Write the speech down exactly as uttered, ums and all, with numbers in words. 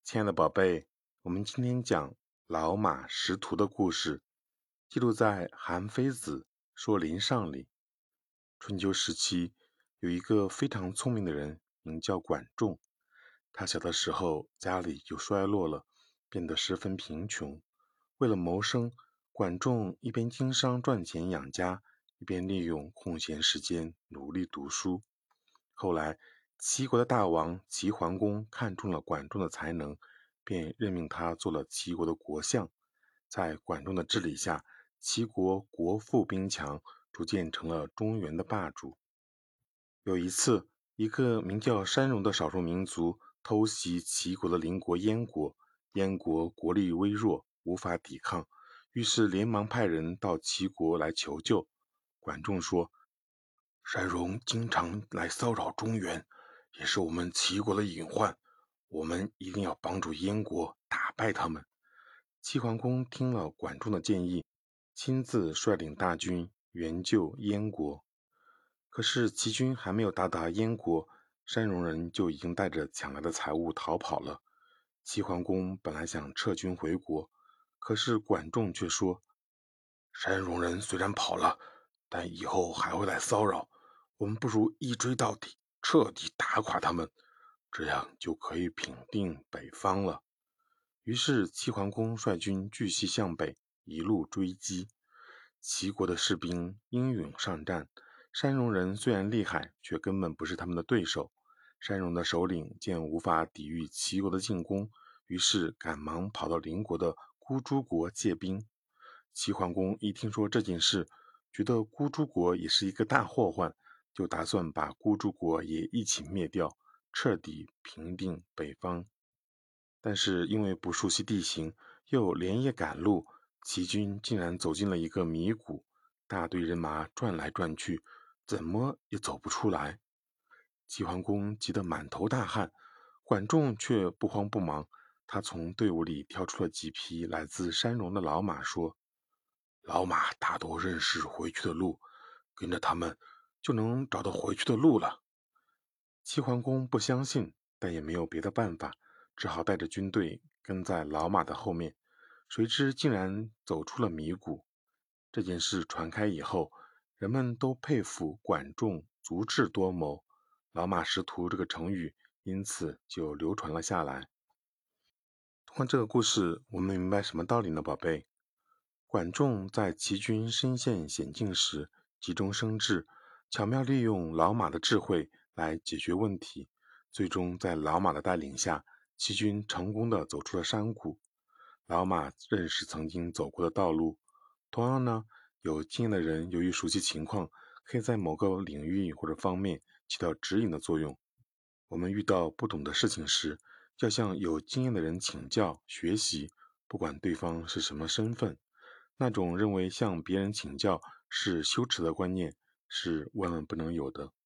亲爱的宝贝，我们今天讲老马识途的故事，记录在《韩非子·说林上》里。春秋时期，有一个非常聪明的人，名叫管仲。他小的时候家里就衰落了，变得十分贫穷。为了谋生，管仲一边经商赚钱养家，一边利用空闲时间努力读书。后来，齐国的大王齐桓公看中了管仲的才能，便任命他做了齐国的国相。在管仲的治理下，齐国国富兵强，逐渐成了中原的霸主。有一次，一个名叫山戎的少数民族偷袭齐国的邻国燕国，燕国国力微弱，无法抵抗，于是连忙派人到齐国来求救。管仲说：山戎经常来骚扰中原，也是我们齐国的隐患，我们一定要帮助燕国打败他们。齐桓公听了管仲的建议，亲自率领大军援救燕国。可是齐军还没有到达燕国，山戎人就已经带着抢来的财物逃跑了。齐桓公本来想撤军回国，可是管仲却说：山戎人虽然跑了，但以后还会来骚扰，我们不如一追到底，彻底打垮他们，这样就可以平定北方了。于是齐桓公率军继续向北，一路追击。齐国的士兵英勇上战，山戎人虽然厉害，却根本不是他们的对手。山戎的首领见无法抵御齐国的进攻，于是赶忙跑到邻国的孤诸国借兵。齐桓公一听说这件事，觉得孤诸国也是一个大祸患，就打算把孤诸国也一起灭掉，彻底平定北方。但是因为不熟悉地形，又连夜赶路，齐军竟然走进了一个迷谷，大队人马转来转去，怎么也走不出来。齐桓公急得满头大汗，管仲却不慌不忙，他从队伍里挑出了几匹来自山戎的老马，说：老马大多认识回去的路，跟着他们就能找到回去的路了。齐桓公不相信，但也没有别的办法，只好带着军队跟在老马的后面。谁知竟然走出了迷谷。这件事传开以后，人们都佩服管仲足智多谋，老马识途这个成语因此就流传了下来。通过这个故事，我们明白什么道理呢，宝贝？管仲在齐军身陷险境时急中生智，巧妙利用老马的智慧来解决问题。最终在老马的带领下，齐军成功地走出了山谷。老马认识曾经走过的道路。同样呢，有经验的人由于熟悉情况，可以在某个领域或者方面起到指引的作用。我们遇到不懂的事情时，要向有经验的人请教学习，不管对方是什么身份。那种认为向别人请教是羞耻的观念是万万不能有的。